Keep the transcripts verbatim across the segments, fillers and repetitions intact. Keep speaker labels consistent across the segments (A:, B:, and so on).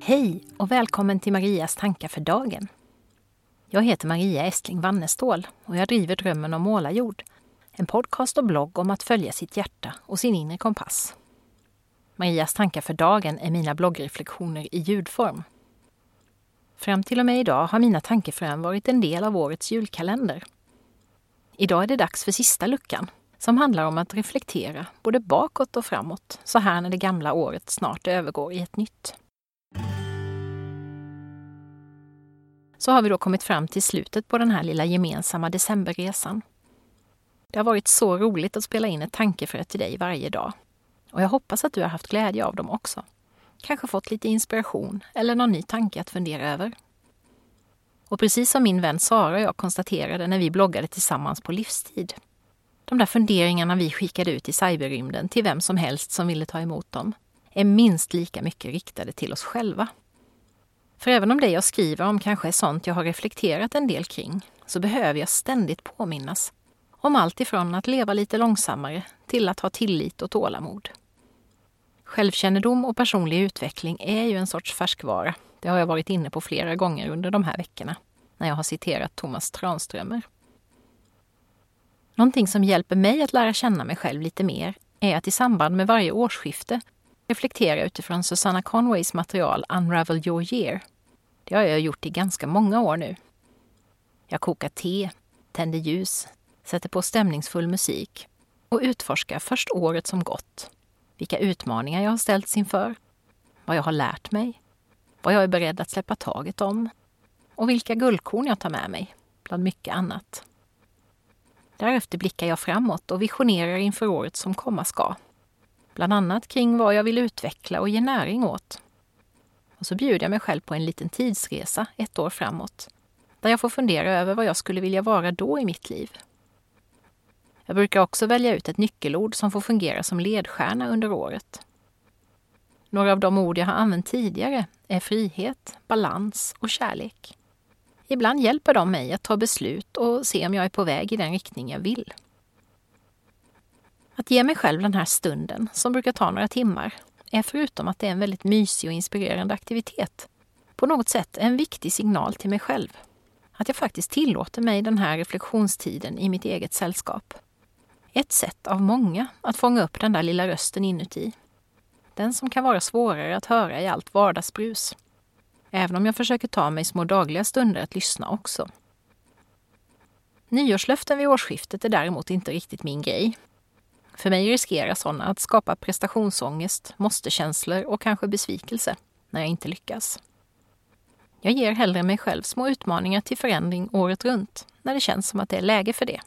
A: Hej och välkommen till Marias tankar för dagen. Jag heter Maria Estling Wannestål och jag driver Drömmen om Målarjord, en podcast och blogg om att följa sitt hjärta och sin inre kompass. Marias tankar för dagen är mina bloggreflektioner i ljudform. Fram till och med idag har mina tankefrön varit en del av årets julkalender. Idag är det dags för sista luckan, som handlar om att reflektera både bakåt och framåt, så här när det gamla året snart övergår i ett nytt. Så har vi då kommit fram till slutet på den här lilla gemensamma decemberresan. Det har varit så roligt att spela in ett tankefrö till dig varje dag. Och jag hoppas att du har haft glädje av dem också. Kanske fått lite inspiration eller någon ny tanke att fundera över. Och precis som min vän Sara och jag konstaterade när vi bloggade tillsammans på livstid. De där funderingarna vi skickade ut i cyberrymden till vem som helst som ville ta emot dem är minst lika mycket riktade till oss själva. För även om det jag skriver om kanske är sånt jag har reflekterat en del kring, så behöver jag ständigt påminnas om allt ifrån att leva lite långsammare till att ha tillit och tålamod. Självkännedom och personlig utveckling är ju en sorts färskvara. Det har jag varit inne på flera gånger under de här veckorna när jag har citerat Thomas Tranströmer. Någonting som hjälper mig att lära känna mig själv lite mer är att i samband med varje årsskifte reflektera utifrån Susanna Conways material Unravel Your Year. Det har jag gjort i ganska många år nu. Jag kokar te, tänder ljus, sätter på stämningsfull musik och utforskar först året som gått. Vilka utmaningar jag har ställts inför, vad jag har lärt mig, vad jag är beredd att släppa taget om och vilka guldkorn jag tar med mig, bland mycket annat. Därefter blickar jag framåt och visionerar inför året som komma ska. Bland annat kring vad jag vill utveckla och ge näring åt. Och så bjuder jag mig själv på en liten tidsresa ett år framåt, där jag får fundera över vad jag skulle vilja vara då i mitt liv. Jag brukar också välja ut ett nyckelord som får fungera som ledstjärna under året. Några av de ord jag har använt tidigare är frihet, balans och kärlek. Ibland hjälper de mig att ta beslut och se om jag är på väg i den riktning jag vill. Att ge mig själv den här stunden, som brukar ta några timmar, är förutom att det är en väldigt mysig och inspirerande aktivitet, på något sätt en viktig signal till mig själv. Att jag faktiskt tillåter mig den här reflektionstiden i mitt eget sällskap. Ett sätt av många att fånga upp den där lilla rösten inuti. Den som kan vara svårare att höra i allt vardagsbrus. Även om jag försöker ta mig små dagliga stunder att lyssna också. Nyårslöften vid årsskiftet är däremot inte riktigt min grej. För mig riskerar sådana att skapa prestationsångest, måste-känslor och kanske besvikelse när jag inte lyckas. Jag ger hellre mig själv små utmaningar till förändring året runt när det känns som att det är läge för det.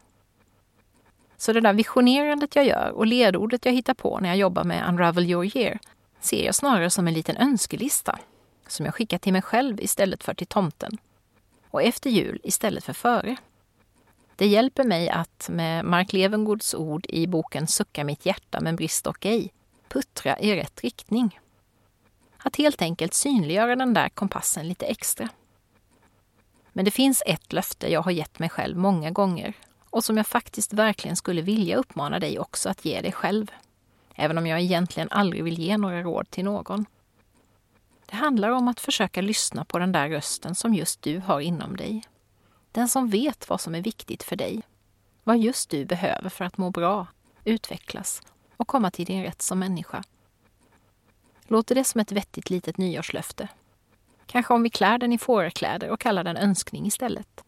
A: Så det där visionerandet jag gör och ledordet jag hittar på när jag jobbar med Unravel Your Year ser jag snarare som en liten önskelista som jag skickar till mig själv istället för till tomten. Och efter jul istället för före. Det hjälper mig att, med Mark Levengoods ord i boken Sucka mitt hjärta men brist dock ej, puttra i rätt riktning. Att helt enkelt synliggöra den där kompassen lite extra. Men det finns ett löfte jag har gett mig själv många gånger och som jag faktiskt verkligen skulle vilja uppmana dig också att ge dig själv. Även om jag egentligen aldrig vill ge några råd till någon. Det handlar om att försöka lyssna på den där rösten som just du har inom dig. Den som vet vad som är viktigt för dig. Vad just du behöver för att må bra, utvecklas och komma till din rätt som människa. Låter det som ett vettigt litet nyårslöfte? Kanske om vi klär den i fårakläder och kallar den önskning istället.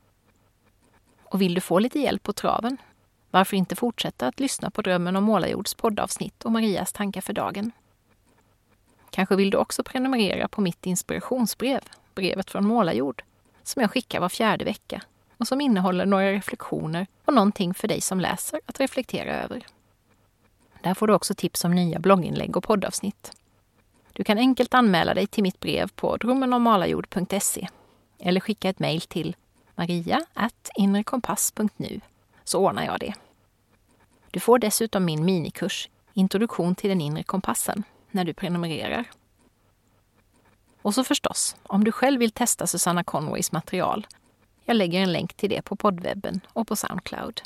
A: Och vill du få lite hjälp på traven? Varför inte fortsätta att lyssna på Drömmen om Målarjords poddavsnitt och Marias tankar för dagen? Kanske vill du också prenumerera på mitt inspirationsbrev, brevet från Målarjord, som jag skickar var fjärde vecka och som innehåller några reflektioner och någonting för dig som läser att reflektera över. Där får du också tips om nya blogginlägg och poddavsnitt. Du kan enkelt anmäla dig till mitt brev på drömmen om målarjord punkt se eller skicka ett mejl till maria at inrekompass punkt nu så ordnar jag det. Du får dessutom min minikurs Introduktion till den inre kompassen när du prenumererar. Och så förstås, om du själv vill testa Susanna Conways material, jag lägger en länk till det på poddwebben och på Soundcloud.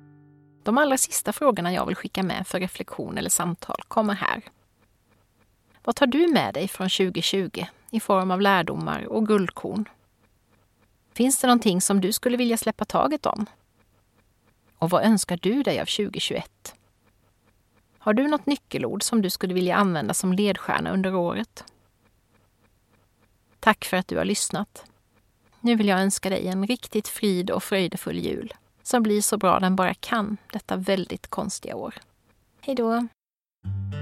A: De allra sista frågorna jag vill skicka med för reflektion eller samtal kommer här. Vad tar du med dig från tjugo tjugo i form av lärdomar och guldkorn? Finns det någonting som du skulle vilja släppa taget om? Och vad önskar du dig av tjugo tjugoett? Har du något nyckelord som du skulle vilja använda som ledstjärna under året? Tack för att du har lyssnat. Nu vill jag önska dig en riktigt frid och fröjdefull jul som blir så bra den bara kan detta väldigt konstiga år. Hej då!